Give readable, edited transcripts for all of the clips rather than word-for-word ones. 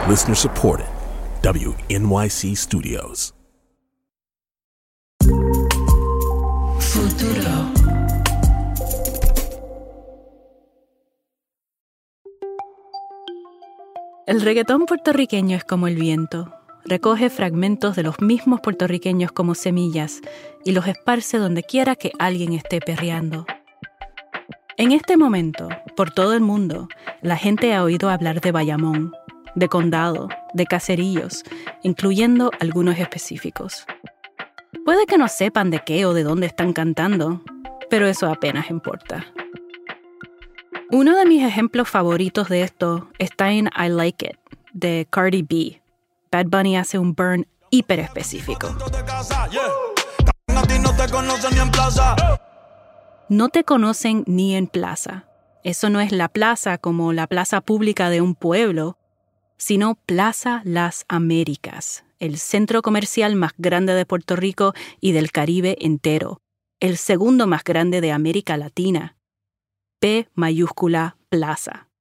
Listener supported. WNYC Studios. Futuro. El reggaetón puertorriqueño es como el viento. Recoge fragmentos de los mismos puertorriqueños como semillas y los esparce donde quiera que alguien esté perreando. En este momento, por todo el mundo, la gente ha oído hablar de Bayamón, de condado, de caseríos, incluyendo algunos específicos. Puede que no sepan de qué o de dónde están cantando, pero eso apenas importa. Uno de mis ejemplos favoritos de esto está en I Like It, de Cardi B. Bad Bunny hace un burn hiper específico. No te conocen ni en plaza. Eso no es la plaza como la plaza pública de un pueblo, sino Plaza Las Américas, el centro comercial más grande de Puerto Rico y del Caribe entero, el segundo más grande de América Latina. P mayúscula Plaza.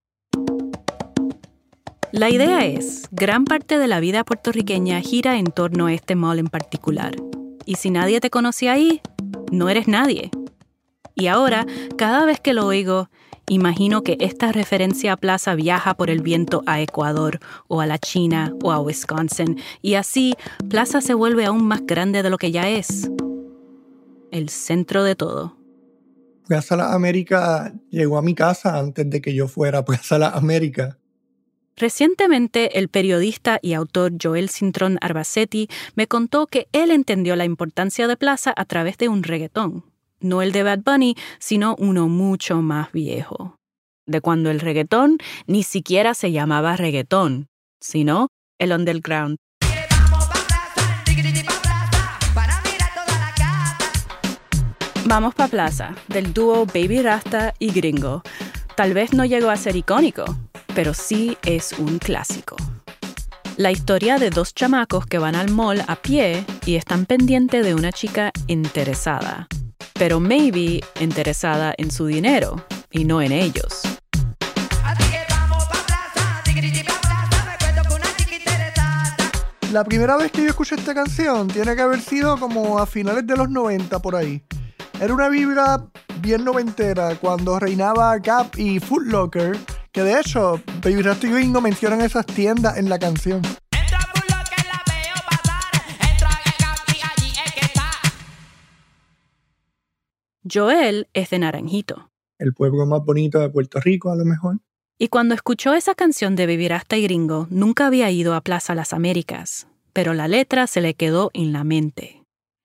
La idea es, gran parte de la vida puertorriqueña gira en torno a este mall en particular. Y si nadie te conoce ahí, no eres nadie. Y ahora, cada vez que lo oigo, imagino que esta referencia a Plaza viaja por el viento a Ecuador, o a la China, o a Wisconsin, y así Plaza se vuelve aún más grande de lo que ya es. El centro de todo. Plaza Las Américas llegó a mi casa antes de que yo fuera a Plaza Las Américas. Recientemente, el periodista y autor Joel Cintrón Arbacetti me contó que él entendió la importancia de Plaza a través de un reggaetón. No el de Bad Bunny, sino uno mucho más viejo. De cuando el reggaetón ni siquiera se llamaba reggaetón, sino el underground. Vamos pa' Plaza, del dúo Baby Rasta y Gringo. Tal vez no llegó a ser icónico, pero sí es un clásico. La historia de dos chamacos que van al mall a pie y están pendientes de una chica interesada. Pero maybe interesada en su dinero y no en ellos. La primera vez que yo escuché esta canción tiene que haber sido como a finales de los 90 por ahí. Era una vibra bien noventera cuando reinaba Gap y Foot Locker, que de hecho Baby Rasta y Gringo mencionan esas tiendas en la canción. Joel es de Naranjito. El pueblo más bonito de Puerto Rico, a lo mejor. Y cuando escuchó esa canción de Baby Rasta y Gringo, nunca había ido a Plaza Las Américas, pero la letra se le quedó en la mente.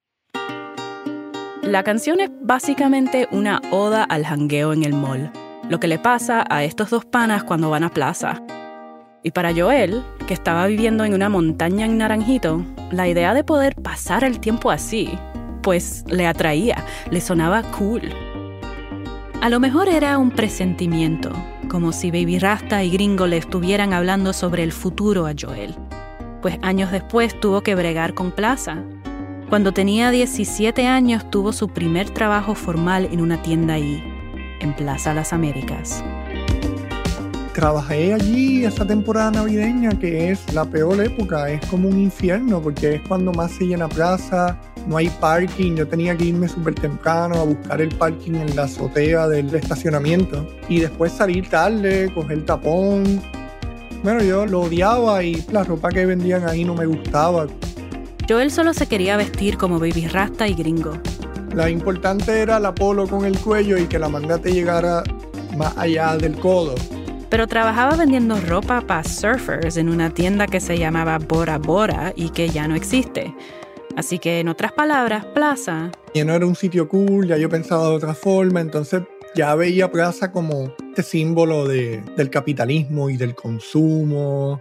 La canción es básicamente una oda al jangueo en el mall, lo que le pasa a estos dos panas cuando van a Plaza. Y para Joel, que estaba viviendo en una montaña en Naranjito, la idea de poder pasar el tiempo así, pues le atraía, le sonaba cool. A lo mejor era un presentimiento, como si Baby Rasta y Gringo le estuvieran hablando sobre el futuro a Joel. Pues años después tuvo que bregar con Plaza. Cuando tenía 17 años tuvo su primer trabajo formal en una tienda ahí, en Plaza Las Américas. Trabajé allí esa temporada navideña, que es la peor época, es como un infierno, porque es cuando más se llena Plaza, no hay parking, yo tenía que irme súper temprano a buscar el parking en la azotea del estacionamiento, y después salir tarde, coger tapón. Bueno, yo lo odiaba y la ropa que vendían ahí no me gustaba. Joel solo se quería vestir como Baby Rasta y Gringo. Lo importante era la polo con el cuello y que la manga te llegara más allá del codo. Pero trabajaba vendiendo ropa para surfers en una tienda que se llamaba Bora Bora y que ya no existe. Así que, en otras palabras, Plaza... Ya no era un sitio cool, ya yo pensaba de otra forma, entonces ya veía Plaza como este símbolo del capitalismo y del consumo.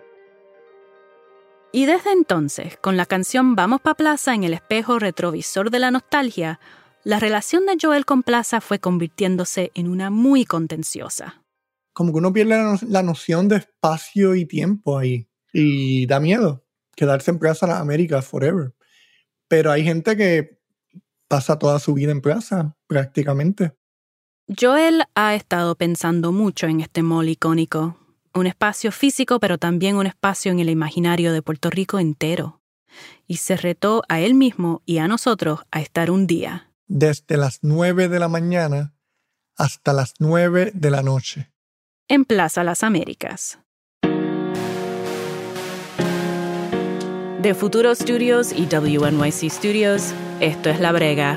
Y desde entonces, con la canción Vamos pa' Plaza en el espejo retrovisor de la nostalgia, la relación de Joel con Plaza fue convirtiéndose en una muy contenciosa. Como que uno pierde la noción de espacio y tiempo ahí. Y da miedo quedarse en Plaza Las Américas forever. Pero hay gente que pasa toda su vida en Plaza, prácticamente. Joel ha estado pensando mucho en este mall icónico, Un espacio físico, pero también un espacio en el imaginario de Puerto Rico entero. Y se retó a él mismo y a nosotros a estar un día. Desde las 9 de la mañana hasta las 9 de la noche. En Plaza Las Américas. De Futuro Studios y WNYC Studios, esto es La Brega.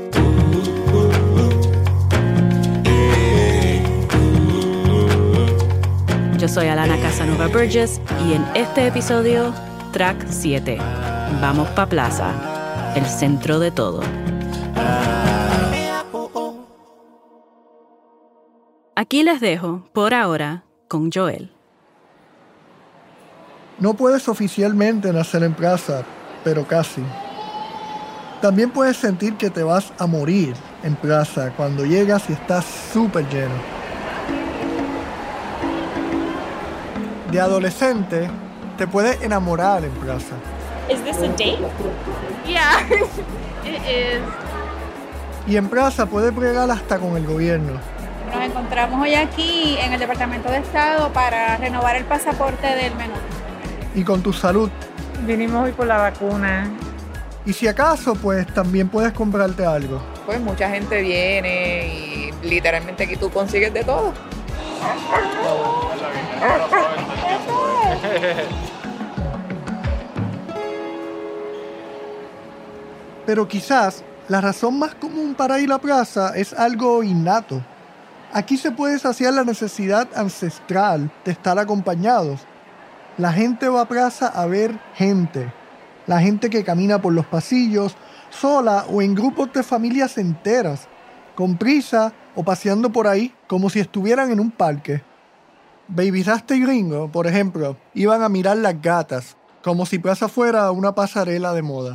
Yo soy Alana Casanova Burgess y en este episodio, Track 7. Vamos pa' Plaza, el centro de todo. Aquí les dejo, por ahora, con Joel. No puedes oficialmente nacer en Plaza, pero casi. También puedes sentir que te vas a morir en Plaza cuando llegas y estás súper lleno. De adolescente, te puedes enamorar en Plaza. Is this a date? Yeah, it is. Y en Plaza puedes bregar hasta con el gobierno. Nos encontramos hoy aquí en el Departamento de Estado para renovar el pasaporte del menor. Y con tu salud. Vinimos hoy por la vacuna. Y si acaso, pues también puedes comprarte algo. Pues mucha gente viene y literalmente aquí tú consigues de todo. Pero quizás la razón más común para ir a Plaza es algo innato. Aquí se puede saciar la necesidad ancestral de estar acompañados. La gente va a Plaza a ver gente. La gente que camina por los pasillos, sola o en grupos de familias enteras, con prisa o paseando por ahí como si estuvieran en un parque. Baby Rasta y Gringo, por ejemplo, iban a mirar las gatas, como si Plaza fuera una pasarela de moda.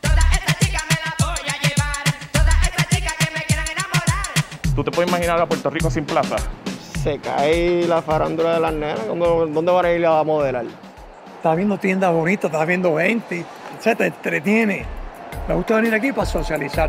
¿Tú te puedes imaginar a Puerto Rico sin Plaza? Se cae la farándula de las nenas. ¿Dónde van a ir a modelar? Estás viendo tiendas bonitas, estás viendo gente, se te entretiene. Me gusta venir aquí para socializar.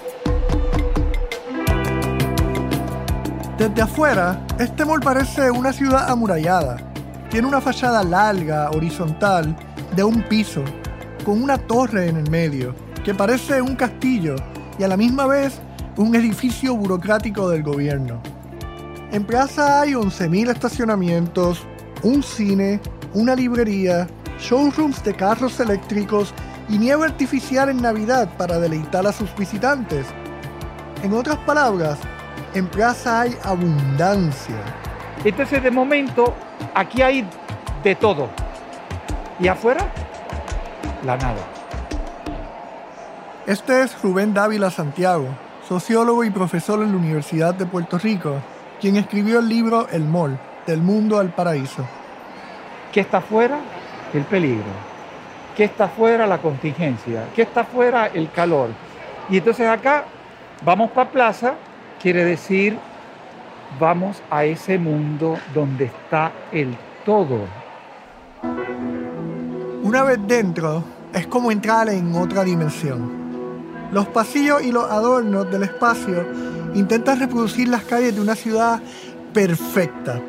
Desde afuera, este mall parece una ciudad amurallada. Tiene una fachada larga, horizontal, de un piso, con una torre en el medio, que parece un castillo y a la misma vez un edificio burocrático del gobierno. En Plaza hay 11.000 estacionamientos, un cine, una librería, showrooms de carros eléctricos y nieve artificial en Navidad para deleitar a sus visitantes. En otras palabras, en Plaza hay abundancia. Entonces, de momento, aquí hay de todo. Y afuera, la nada. Este es Rubén Dávila Santiago, sociólogo y profesor en la Universidad de Puerto Rico, quien escribió el libro El Mall, del mundo al paraíso. ¿Qué está afuera? El peligro. ¿Qué está afuera? La contingencia. ¿Qué está afuera? El calor. Y entonces acá, vamos para Plaza, quiere decir, vamos a ese mundo donde está el todo. Una vez dentro, es como entrar en otra dimensión. Los pasillos y los adornos del espacio intentan reproducir las calles de una ciudad perfecta.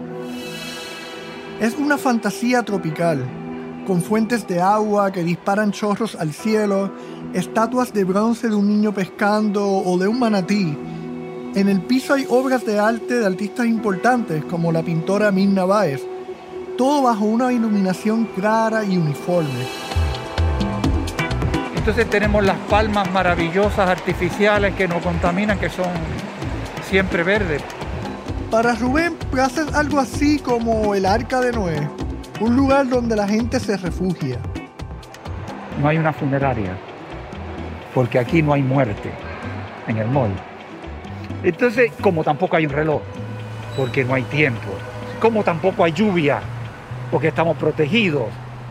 Es una fantasía tropical, con fuentes de agua que disparan chorros al cielo, estatuas de bronce de un niño pescando o de un manatí. En el piso hay obras de arte de artistas importantes como la pintora Mirna Báez, todo bajo una iluminación clara y uniforme. Entonces tenemos las palmas maravillosas artificiales que no contaminan, que son siempre verdes. Para Rubén, Plaza es algo así como el Arca de Noé, un lugar donde la gente se refugia. No hay una funeraria, porque aquí no hay muerte en el mall. Entonces, como tampoco hay un reloj, porque no hay tiempo. Como tampoco hay lluvia, porque estamos protegidos.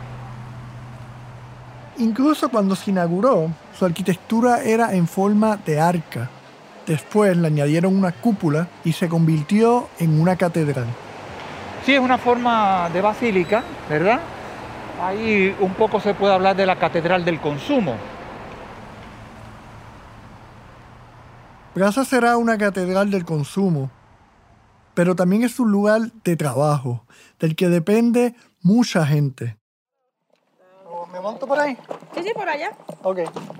Incluso cuando se inauguró, su arquitectura era en forma de arca. Después le añadieron una cúpula y se convirtió en una catedral. Sí, es una forma de basílica, ¿verdad? Ahí un poco se puede hablar de la catedral del consumo. Plaza será una catedral del consumo. pero también es un lugar de trabajo, del que depende mucha gente. ¿Me monto por ahí? Sí, por allá. Ok.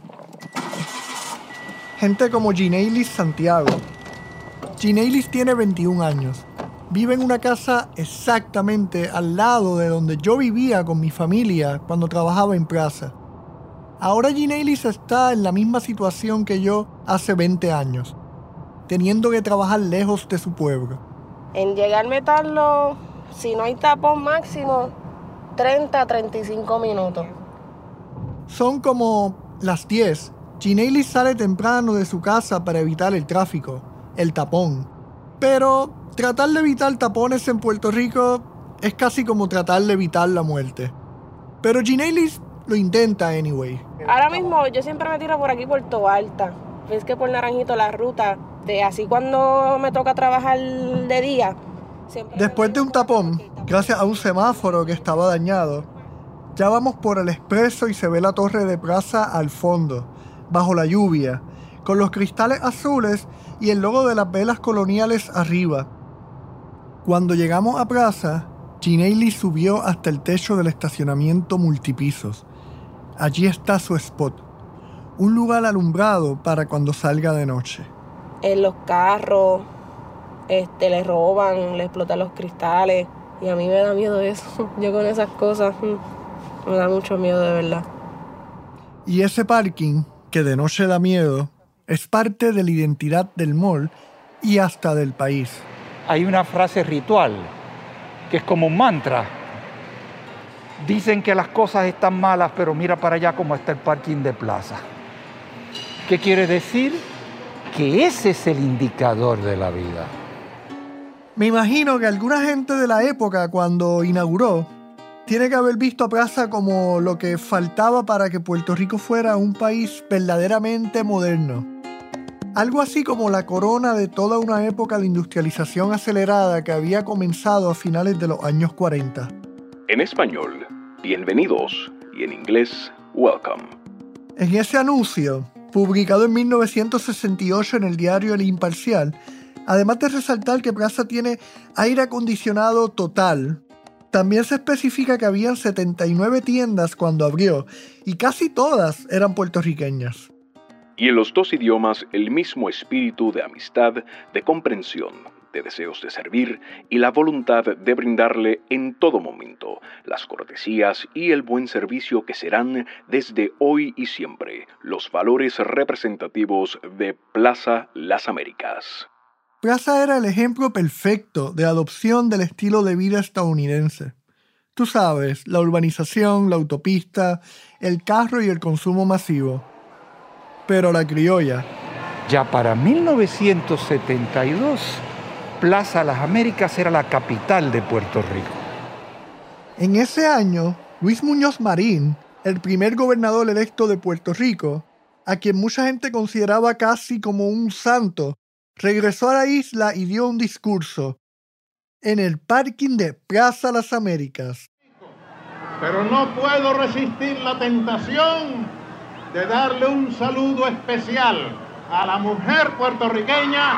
Gente como Gineilis Santiago. Gineilis tiene 21 años. Vive en una casa exactamente al lado de donde yo vivía con mi familia cuando trabajaba en Plaza. Ahora Gineilis está en la misma situación que yo hace 20 años, teniendo que trabajar lejos de su pueblo. En llegarme tarde, si no hay tapón máximo, 30 a 35 minutos. Son como las 10. Gineilis sale temprano de su casa para evitar el tráfico, el tapón. Pero tratar de evitar tapones en Puerto Rico es casi como tratar de evitar la muerte. Pero Gineilis lo intenta anyway. Ahora mismo yo siempre me tiro por aquí por Toalta. Es que por Naranjito la ruta, así cuando me toca trabajar de día. Después de un tapón, gracias a un semáforo que estaba dañado, ya vamos por el expreso y se ve la torre de Plaza al fondo, bajo la lluvia, con los cristales azules y el logo de las velas coloniales arriba. Cuando llegamos a Plaza, Gineilis subió hasta el techo del estacionamiento multipisos. Allí está su spot, un lugar alumbrado para cuando salga de noche. En los carros, le roban, le explotan los cristales y a mí me da miedo eso. Yo con esas cosas me da mucho miedo de verdad. Y ese parking, que de noche da miedo, es parte de la identidad del mall y hasta del país. Hay una frase ritual que es como un mantra. Dicen que las cosas están malas, pero mira para allá cómo está el parking de Plaza. ¿Qué quiere decir? Que ese es el indicador de la vida. Me imagino que alguna gente de la época, cuando inauguró, tiene que haber visto a Plaza como lo que faltaba para que Puerto Rico fuera un país verdaderamente moderno. Algo así como la corona de toda una época de industrialización acelerada que había comenzado a finales de los años 40. En español, bienvenidos, y en inglés, welcome. En ese anuncio, publicado en 1968 en el diario El Imparcial, además de resaltar que Plaza tiene aire acondicionado total, también se especifica que habían 79 tiendas cuando abrió, y casi todas eran puertorriqueñas. Y en los dos idiomas el mismo espíritu de amistad, de comprensión, de deseos de servir y la voluntad de brindarle en todo momento las cortesías y el buen servicio que serán desde hoy y siempre los valores representativos de Plaza Las Américas. Plaza era el ejemplo perfecto de adopción del estilo de vida estadounidense. Tú sabes, la urbanización, la autopista, el carro y el consumo masivo. Pero la criolla. Ya para 1972, Plaza Las Américas era la capital de Puerto Rico. En ese año, Luis Muñoz Marín, el primer gobernador electo de Puerto Rico, a quien mucha gente consideraba casi como un santo, regresó a la isla y dio un discurso en el parking de Plaza Las Américas. Pero no puedo resistir la tentación de darle un saludo especial a la mujer puertorriqueña.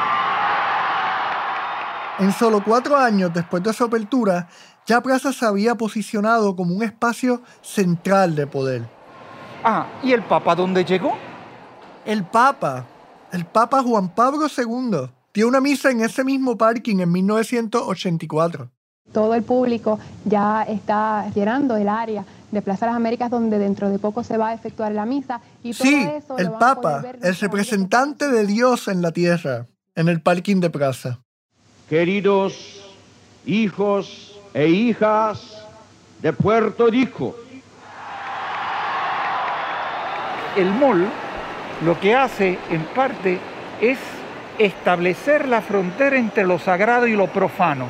En solo 4 años después de su apertura, ya Plaza se había posicionado como un espacio central de poder. Ah, ¿y el Papa dónde llegó? El Papa Juan Pablo II dio una misa en ese mismo parking en 1984. Todo el público ya está llenando el área de Plaza Las Américas, donde dentro de poco se va a efectuar la misa. Y todo eso el Papa, el representante de Dios en la tierra, en el parking de Plaza. Queridos hijos e hijas de Puerto Rico. El mall lo que hace, en parte, es establecer la frontera entre lo sagrado y lo profano.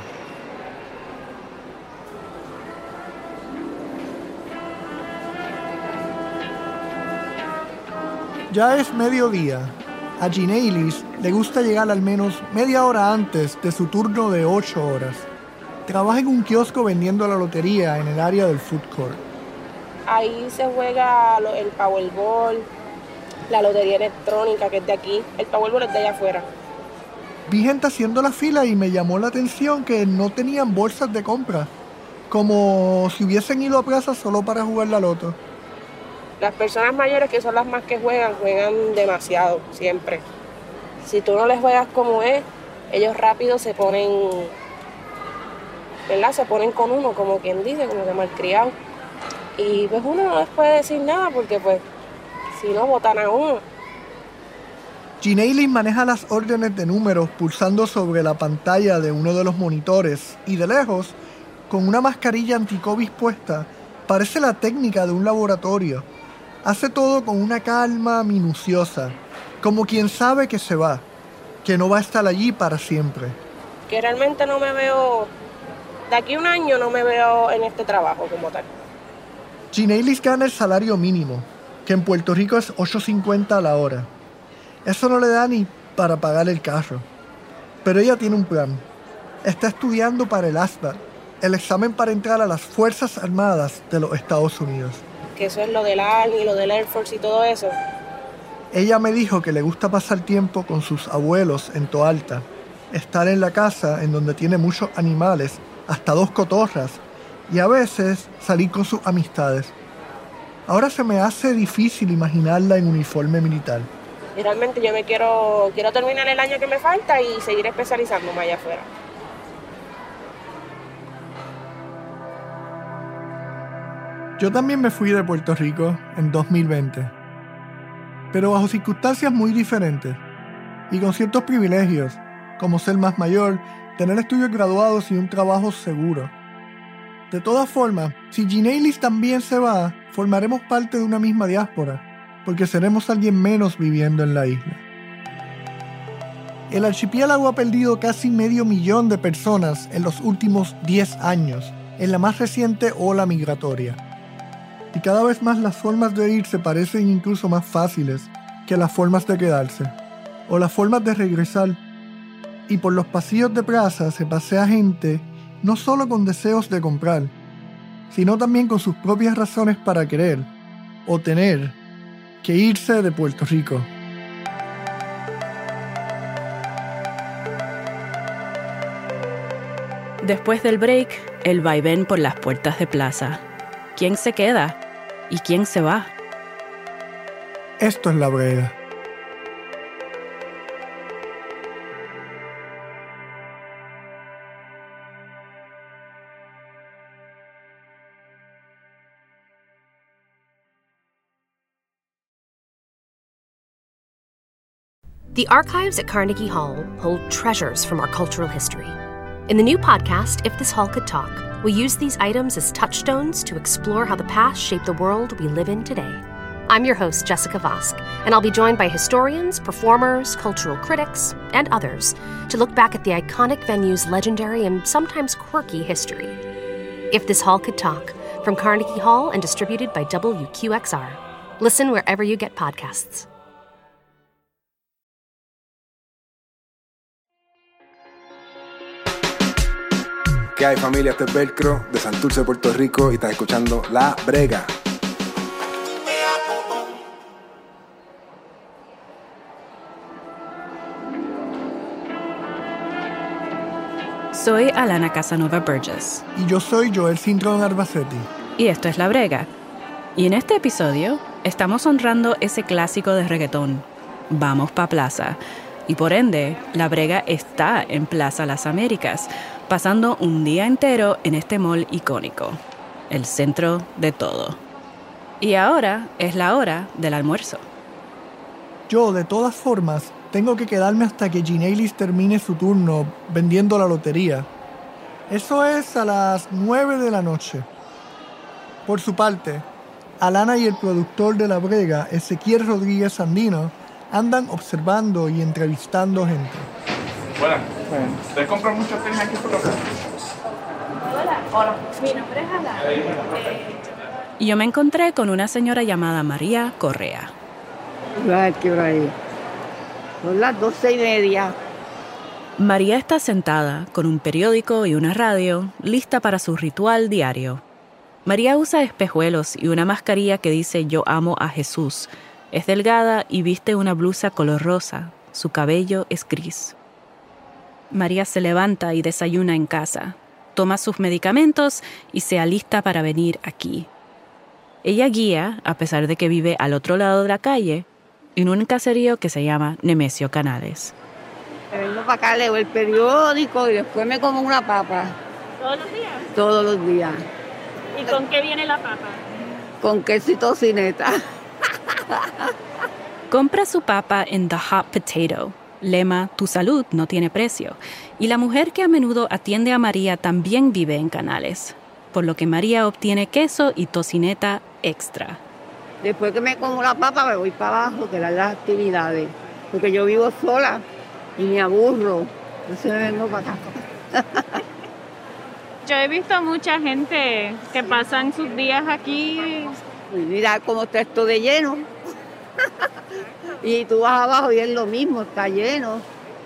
Ya es mediodía. A Gineilis le gusta llegar al menos media hora antes de su turno de 8 horas. Trabaja en un kiosco vendiendo la lotería en el área del food court. Ahí se juega el Powerball, la lotería electrónica que es de aquí. El Powerball es de allá afuera. Vi gente haciendo la fila y me llamó la atención que no tenían bolsas de compra, como si hubiesen ido a plaza solo para jugar la loto. Las personas mayores, que son las más que juegan demasiado, siempre. Si tú no les juegas como es, ellos rápido se ponen, ¿verdad? Se ponen con uno, como quien dice, como que malcriado. Y pues uno no les puede decir nada porque pues si no botan a uno. Gineilis maneja las órdenes de números pulsando sobre la pantalla de uno de los monitores y de lejos, con una mascarilla anti-COVID puesta, parece la técnica de un laboratorio. Hace todo con una calma minuciosa, como quien sabe que se va, que no va a estar allí para siempre. Que realmente no me veo, de aquí a un año no me veo en este trabajo como tal. Gineilis gana el salario mínimo, que en Puerto Rico es $8.50 a la hora. Eso no le da ni para pagar el carro. Pero ella tiene un plan. Está estudiando para el ASVAB, el examen para entrar a las Fuerzas Armadas de los Estados Unidos. Que eso es lo del Army, lo del Air Force y todo eso. Ella me dijo que le gusta pasar tiempo con sus abuelos en Toalta, estar en la casa en donde tiene muchos animales, hasta 2 cotorras, y a veces salir con sus amistades. Ahora se me hace difícil imaginarla en uniforme militar. Y realmente yo quiero terminar el año que me falta y seguir especializándome allá afuera. Yo también me fui de Puerto Rico en 2020, pero bajo circunstancias muy diferentes y con ciertos privilegios, como ser más mayor, tener estudios graduados y un trabajo seguro. De todas formas, si Gineilis también se va, formaremos parte de una misma diáspora, porque seremos alguien menos viviendo en la isla. El archipiélago ha perdido casi 500,000 de personas en los últimos 10 años, en la más reciente ola migratoria. Y cada vez más las formas de irse parecen incluso más fáciles que las formas de quedarse, o las formas de regresar. Y por los pasillos de plaza se pasea gente no solo con deseos de comprar, sino también con sus propias razones para querer, o tener, que irse de Puerto Rico. Después del break, el vaivén por las puertas de plaza. ¿Quién se queda? ¿Y quién se va? Esto es La Brega. The archives at Carnegie Hall hold treasures from our cultural history. In the new podcast, If This Hall Could Talk, we use these items as touchstones to explore how the past shaped the world we live in today. I'm your host, Jessica Vosk, and I'll be joined by historians, performers, cultural critics, and others to look back at the iconic venue's legendary and sometimes quirky history. If This Hall Could Talk, from Carnegie Hall and distributed by WQXR. Listen wherever you get podcasts. ¿Qué hay, familia? Este es Velcro de Santurce, Puerto Rico, y estás escuchando La Brega. Soy Alana Casanova Burgess. Y yo soy Joel Cintrón Arbacetti. Y esto es La Brega. Y en este episodio estamos honrando ese clásico de reggaetón, Vamos pa' Plaza. Y por ende, La Brega está en Plaza Las Américas, pasando un día entero en este mall icónico, el centro de todo. Y ahora es la hora del almuerzo. Yo, de todas formas, tengo que quedarme hasta que Gineilis termine su turno vendiendo la lotería. Eso es a las 9 de la noche. Por su parte, Alana y el productor de La Brega, Ezequiel Rodríguez Sandino, andan observando y entrevistando gente. Bueno, ¿ustedes compran muchos tenis aquí por acá? Hola, mi nombre es Alana. Y yo me encontré con una señora llamada María Correa. ¿Qué hora es? Son las 12:30. María está sentada con un periódico y una radio, lista para su ritual diario. María usa espejuelos y una mascarilla que dice Yo amo a Jesús. Es delgada y viste una blusa color rosa. Su cabello es gris. María se levanta y desayuna en casa, toma sus medicamentos y se alista para venir aquí. Ella guía, a pesar de que vive al otro lado de la calle, en un caserío que se llama Nemesio Canales. Vengo para acá, leo el periódico y después me como una papa. ¿Todos los días? Todos los días. ¿Y con qué viene la papa? Con queso y tocineta. Compra su papa en The Hot Potato. Lema, tu salud no tiene precio. Y la mujer que a menudo atiende a María también vive en Canales, por lo que María obtiene queso y tocineta extra. Después que me como la papa me voy para abajo, que dan las actividades, porque yo vivo sola y me aburro. Entonces me vengo para acá. Yo he visto mucha gente que pasan sus días aquí. Y mira cómo está esto de lleno. Y tú vas abajo y es lo mismo, está lleno.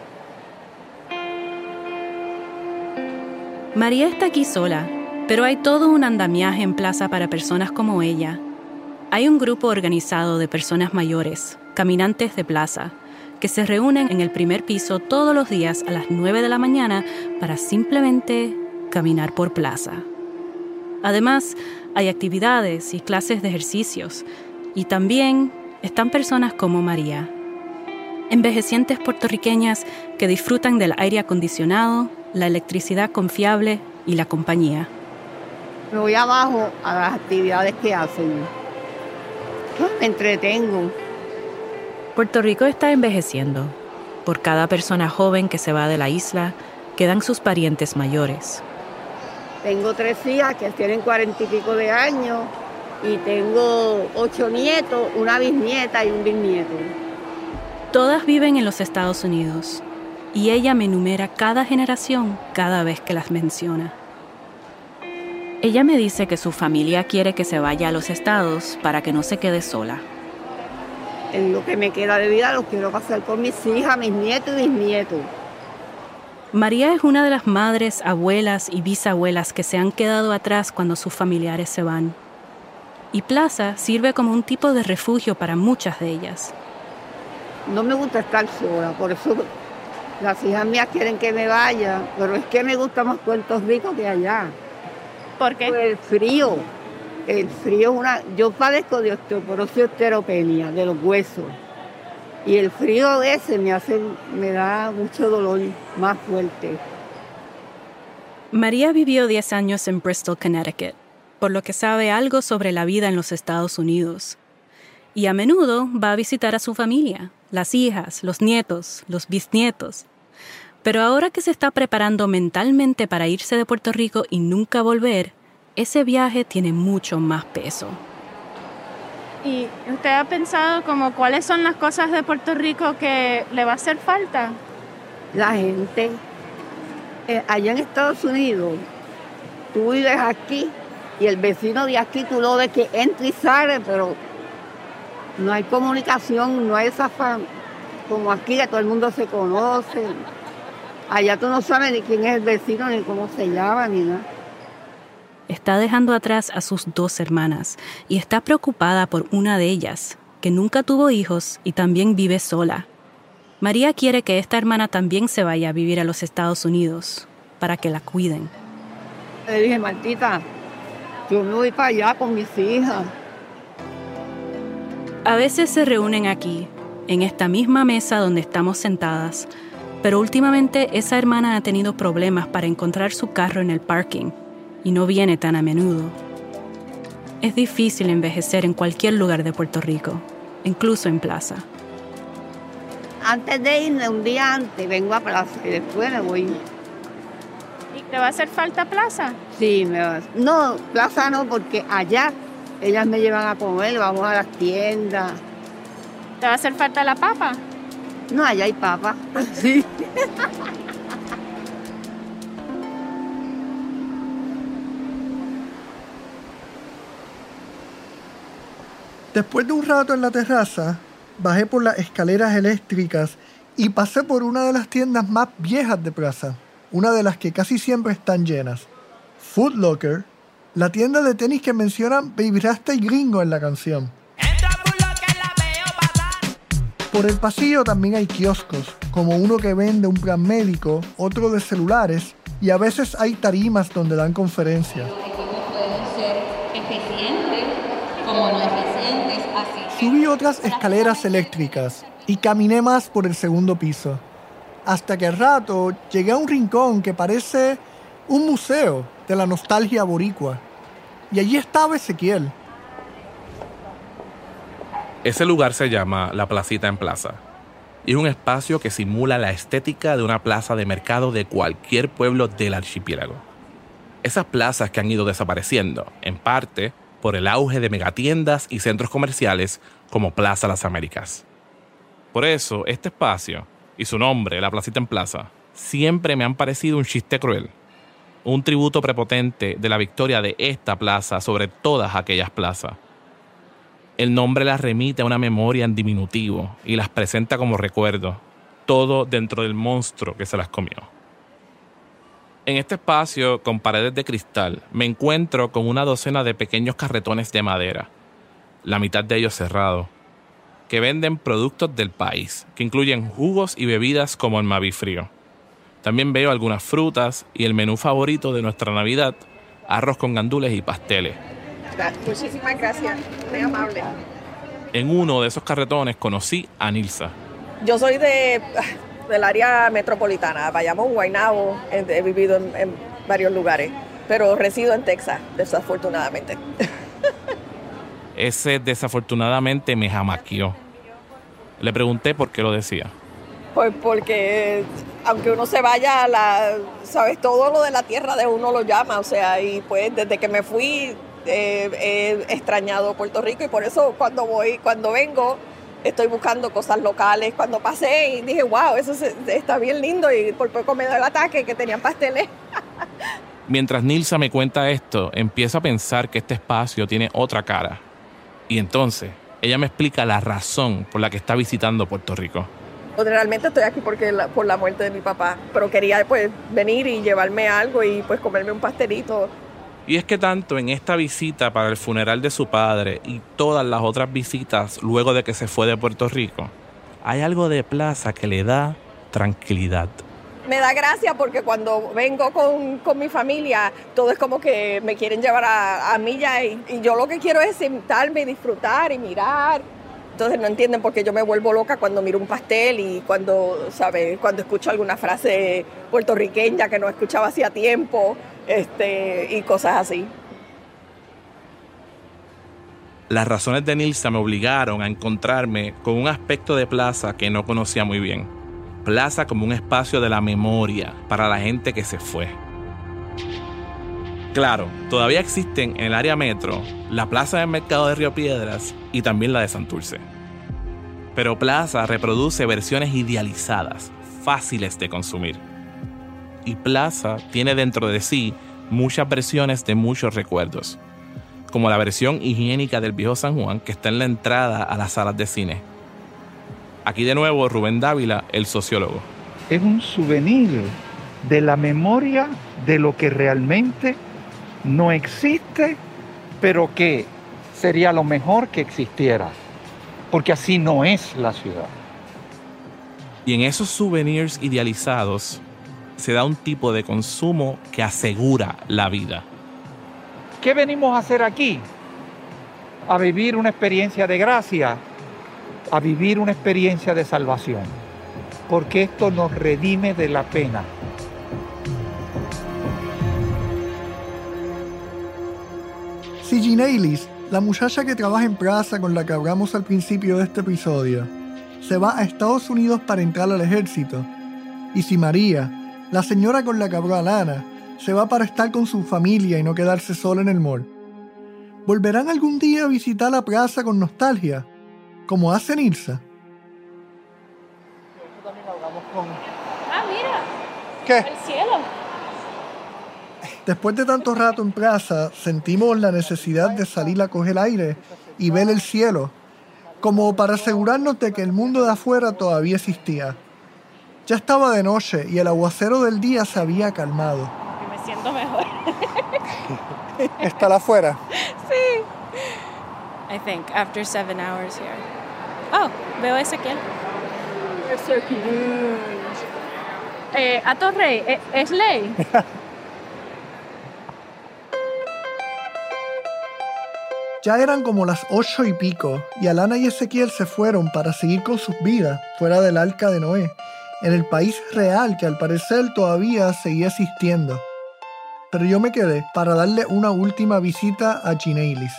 María está aquí sola, pero hay todo un andamiaje en plaza para personas como ella. Hay un grupo organizado de personas mayores, caminantes de plaza, que se reúnen en el primer piso todos los días a las 9 de la mañana para simplemente caminar por plaza. Además, hay actividades y clases de ejercicios, y también están personas como María, envejecientes puertorriqueñas que disfrutan del aire acondicionado, la electricidad confiable y la compañía. Me voy abajo a las actividades que hacen. Me entretengo. Puerto Rico está envejeciendo. Por cada persona joven que se va de la isla, quedan sus parientes mayores. Tengo 3 hijas que tienen 40 y pico de años y tengo 8 nietos, una bisnieta y un bisnieto. Todas viven en los Estados Unidos y ella me enumera cada generación cada vez que las menciona. Ella me dice que su familia quiere que se vaya a los estados para que no se quede sola. En lo que me queda de vida lo quiero pasar con mis hijas, mis nietos y bisnietos. María es una de las madres, abuelas y bisabuelas que se han quedado atrás cuando sus familiares se van. Y Plaza sirve como un tipo de refugio para muchas de ellas. No me gusta estar sola, por eso las hijas mías quieren que me vaya, pero es que me gusta más Puerto Rico que allá. ¿Por qué? Por el frío. El frío es una... Yo padezco de osteoporosis y osteopenia, de los huesos. Y el frío ese me da mucho dolor, más fuerte. María vivió 10 años en Bristol, Connecticut, por lo que sabe algo sobre la vida en los Estados Unidos. Y a menudo va a visitar a su familia, las hijas, los nietos, los bisnietos. Pero ahora que se está preparando mentalmente para irse de Puerto Rico y nunca volver, ese viaje tiene mucho más peso. ¿Y usted ha pensado como cuáles son las cosas de Puerto Rico que le va a hacer falta? La gente. Allá en Estados Unidos, tú vives aquí y el vecino de aquí tú lo ves que entra y sale, pero no hay comunicación, no hay esa como aquí que todo el mundo se conoce. Allá tú no sabes ni quién es el vecino, ni cómo se llama, ni nada. Está dejando atrás a sus 2 hermanas y está preocupada por una de ellas, que nunca tuvo hijos y también vive sola. María quiere que esta hermana también se vaya a vivir a los Estados Unidos, para que la cuiden. Le dije, Martita, yo me voy para allá con mis hijas. A veces se reúnen aquí, en esta misma mesa donde estamos sentadas, pero últimamente esa hermana ha tenido problemas para encontrar su carro en el parking y no viene tan a menudo. Es difícil envejecer en cualquier lugar de Puerto Rico, incluso en Plaza. Antes de irme, un día antes, vengo a Plaza y después me voy. ¿Y te va a hacer falta Plaza? Sí, no, Plaza no, porque allá ellas me llevan a comer, vamos a las tiendas. ¿Te va a hacer falta la papa? No, allá hay papa. Sí. Después de un rato en la terraza, bajé por las escaleras eléctricas y pasé por una de las tiendas más viejas de Plaza, una de las que casi siempre están llenas. Foot Locker, la tienda de tenis que mencionan Baby Rasta y Gringo en la canción. Por el pasillo también hay kioscos, como uno que vende un plan médico, otro de celulares, y a veces hay tarimas donde dan conferencias. Los equipos pueden ser eficientes como no eficientes, así. Subí otras escaleras eléctricas y caminé más por el segundo piso, hasta que al rato llegué a un rincón que parece un museo de la nostalgia boricua. Y allí estaba Ezequiel. Ese lugar se llama La Placita en Plaza. Y es un espacio que simula la estética de una plaza de mercado de cualquier pueblo del archipiélago. Esas plazas que han ido desapareciendo, en parte por el auge de megatiendas y centros comerciales como Plaza Las Américas. Por eso, este espacio y su nombre, La Placita en Plaza, siempre me han parecido un chiste cruel. Un tributo prepotente de la victoria de esta plaza sobre todas aquellas plazas. El nombre las remite a una memoria en diminutivo y las presenta como recuerdo, todo dentro del monstruo que se las comió. En este espacio, con paredes de cristal, me encuentro con una docena de pequeños carretones de madera, la mitad de ellos cerrados, que venden productos del país, que incluyen jugos y bebidas como el Mavi frío. También veo algunas frutas y el menú favorito de nuestra Navidad, arroz con gandules y pasteles. Muchísimas gracias, muy amable. En uno de esos carretones conocí a Nilsa. Yo soy del área metropolitana, Bayamón, Guaynabo, he vivido en varios lugares, pero resido en Texas, desafortunadamente. Ese desafortunadamente me jamaqueó. Le pregunté por qué lo decía. Pues porque aunque uno se vaya, sabes, todo lo de la tierra de uno lo llama, o sea, y pues desde que me fui he extrañado Puerto Rico y por eso cuando vengo, estoy buscando cosas locales. Cuando pasé y dije, wow, eso está bien lindo y por poco me da el ataque que tenían pasteles. Mientras Nilsa me cuenta esto, empiezo a pensar que este espacio tiene otra cara. Y entonces, ella me explica la razón por la que está visitando Puerto Rico. Realmente estoy aquí por la muerte de mi papá, pero quería pues venir y llevarme algo y pues comerme un pastelito. Y es que tanto en esta visita para el funeral de su padre y todas las otras visitas luego de que se fue de Puerto Rico, hay algo de plaza que le da tranquilidad. Me da gracia porque cuando vengo con mi familia, todo es como que me quieren llevar a millas y yo lo que quiero es sentarme y disfrutar y mirar. Entonces no entienden por qué yo me vuelvo loca cuando miro un pastel y cuando escucho alguna frase puertorriqueña que no escuchaba hacía tiempo, y cosas así. Las razones de Nilsa me obligaron a encontrarme con un aspecto de plaza que no conocía muy bien. Plaza como un espacio de la memoria para la gente que se fue. Claro, todavía existen en el área metro la Plaza del Mercado de Río Piedras y también la de Santurce. Pero Plaza reproduce versiones idealizadas, fáciles de consumir. Y Plaza tiene dentro de sí muchas versiones de muchos recuerdos, como la versión higiénica del viejo San Juan que está en la entrada a las salas de cine. Aquí de nuevo Rubén Dávila, el sociólogo. Es un souvenir de la memoria de lo que realmente no existe, pero que sería lo mejor que existiera, porque así no es la ciudad. Y en esos souvenirs idealizados se da un tipo de consumo que asegura la vida. ¿Qué venimos a hacer aquí? A vivir una experiencia de gracia, a vivir una experiencia de salvación, porque esto nos redime de la pena. Sigi Neilis, la muchacha que trabaja en Plaza con la que hablamos al principio de este episodio, se va a Estados Unidos para entrar al ejército. Y si María, la señora con la que habló Alana, se va para estar con su familia y no quedarse sola en el mall. ¿Volverán algún día a visitar la plaza con nostalgia, como hace Nilsa? Mira. ¿Qué? El cielo. Después de tanto rato en plaza, sentimos la necesidad de salir a coger aire y ver el cielo, como para asegurarnos de que el mundo de afuera todavía existía. Ya estaba de noche y el aguacero del día se había calmado. Me siento mejor. ¿Está afuera? Sí. I think, after 7 hours here. Oh, veo a Ezequiel. A Torrey, ¿es ley? Ya eran como las 8 y pico, y Alana y Ezequiel se fueron para seguir con sus vidas fuera del Arca de Noé, en el país real que al parecer todavía seguía existiendo. Pero yo me quedé para darle una última visita a Ginelis.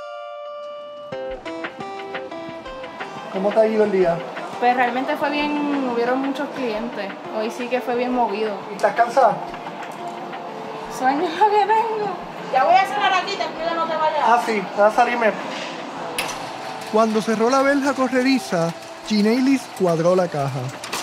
¿Cómo te ha ido el día? Pues realmente fue bien, hubieron muchos clientes. Hoy sí que fue bien movido. ¿Y estás cansada? Sueño lo que tengo. Ya voy a cerrar aquí, te pido no te vayas. Ah, sí, va a salirme. Cuando cerró la verja corrediza, Ginelis cuadró la caja.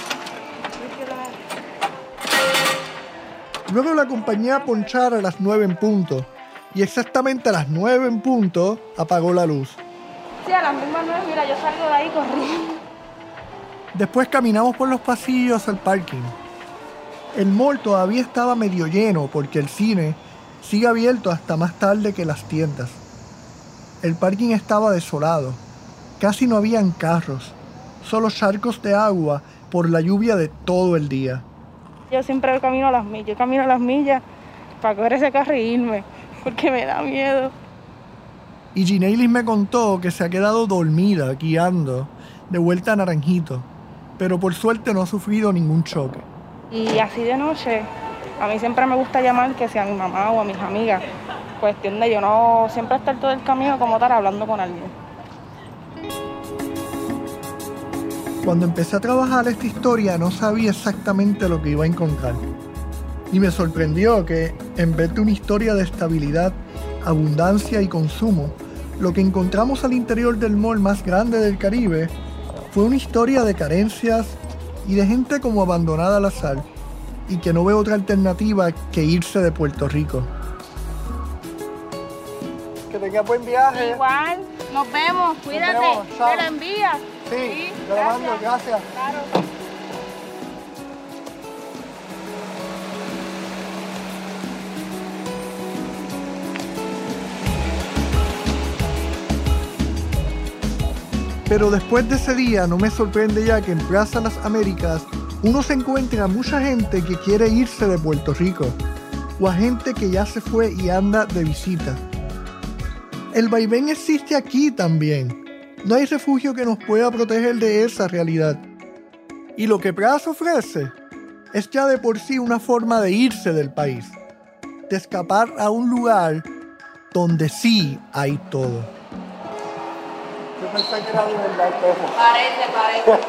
Luego la acompañé a ponchar a las 9 en punto. Y exactamente a las 9 en punto apagó la luz. Sí, a las mismas 9, mira, yo salgo de ahí corriendo. Después caminamos por los pasillos al parking. El mall todavía estaba medio lleno porque el cine sigue abierto hasta más tarde que las tiendas. El parking estaba desolado. Casi no habían carros, solo charcos de agua por la lluvia de todo el día. Yo siempre camino a las millas. Yo camino a las millas para coger ese carro y irme, porque me da miedo. Y Ginelis me contó que se ha quedado dormida guiando de vuelta a Naranjito, pero por suerte no ha sufrido ningún choque. Y así de noche, a mí siempre me gusta llamar que sea a mi mamá o a mis amigas. Cuestión de yo no siempre estar todo el camino como tal hablando con alguien. Cuando empecé a trabajar esta historia no sabía exactamente lo que iba a encontrar. Y me sorprendió que, en vez de una historia de estabilidad, abundancia y consumo, lo que encontramos al interior del mall más grande del Caribe fue una historia de carencias y de gente como abandonada al azar, y que no veo otra alternativa que irse de Puerto Rico. Que tenga buen viaje. Igual, nos vemos, cuídate, ¿me lo envías? Sí, te lo mando, gracias. Claro. Pero después de ese día no me sorprende ya que en Plaza Las Américas uno se encuentra a mucha gente que quiere irse de Puerto Rico, o a gente que ya se fue y anda de visita. El vaivén existe aquí también. No hay refugio que nos pueda proteger de esa realidad. Y lo que Plaza ofrece es ya de por sí una forma de irse del país, de escapar a un lugar donde sí hay todo. Yo pensé que era de verdad, Parece.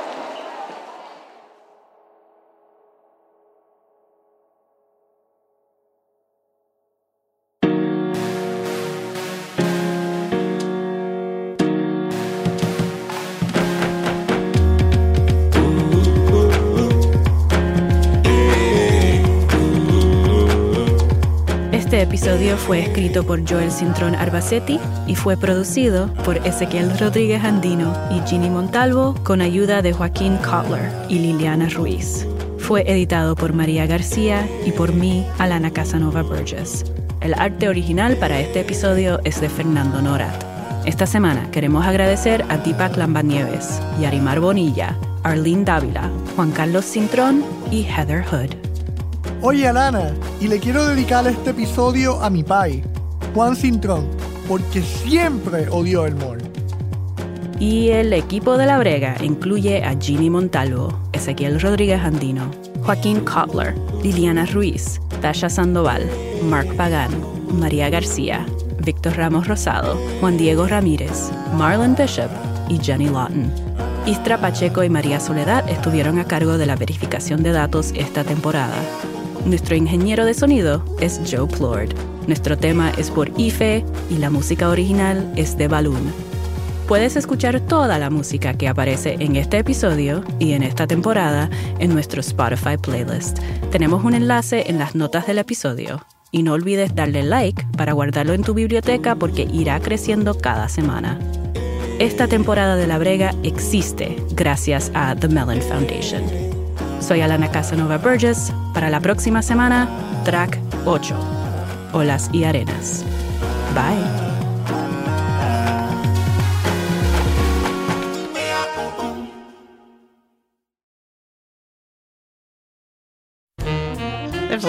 Este episodio fue escrito por Joel Cintrón Arbacetti y fue producido por Ezequiel Rodríguez Andino y Ginny Montalvo con ayuda de Joaquín Kotler y Liliana Ruiz. Fue editado por María García y por mí, Alana Casanova Burgess. El arte original para este episodio es de Fernando Norat. Esta semana queremos agradecer a Deepak Lambanieves, Yarimar Bonilla, Arlene Dávila, Juan Carlos Cintrón y Heather Hood. Oye, Alana, y le quiero dedicar este episodio a mi pai, Juan Cintrón, porque siempre odió el mall. Y el equipo de La Brega incluye a Ginny Montalvo, Ezequiel Rodríguez Andino, Joaquín Kotler, Liliana Ruiz, Tasha Sandoval, Mark Pagán, María García, Víctor Ramos Rosado, Juan Diego Ramírez, Marlon Bishop y Jenny Lawton. Istra Pacheco y María Soledad estuvieron a cargo de la verificación de datos esta temporada. Nuestro ingeniero de sonido es Joe Plord. Nuestro tema es por Ife y la música original es de Balloon. Puedes escuchar toda la música que aparece en este episodio y en esta temporada en nuestro Spotify playlist. Tenemos un enlace en las notas del episodio. Y no olvides darle like para guardarlo en tu biblioteca porque irá creciendo cada semana. Esta temporada de La Brega existe gracias a The Mellon Foundation. Soy Alana Casanova Burgess. Para la próxima semana, track 8, Olas y Arenas. Bye.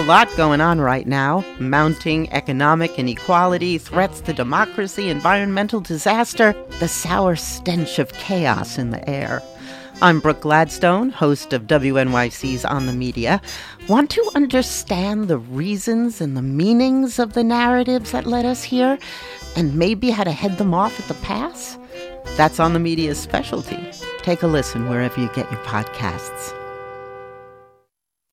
lot going on right now. Mounting economic inequality, threats to democracy, environmental disaster, the sour stench of chaos in the air. I'm Brooke Gladstone, host of WNYC's On the Media. Want to understand the reasons and the meanings of the narratives that led us here, and maybe how to head them off at the pass? That's On the Media's specialty. Take a listen wherever you get your podcasts.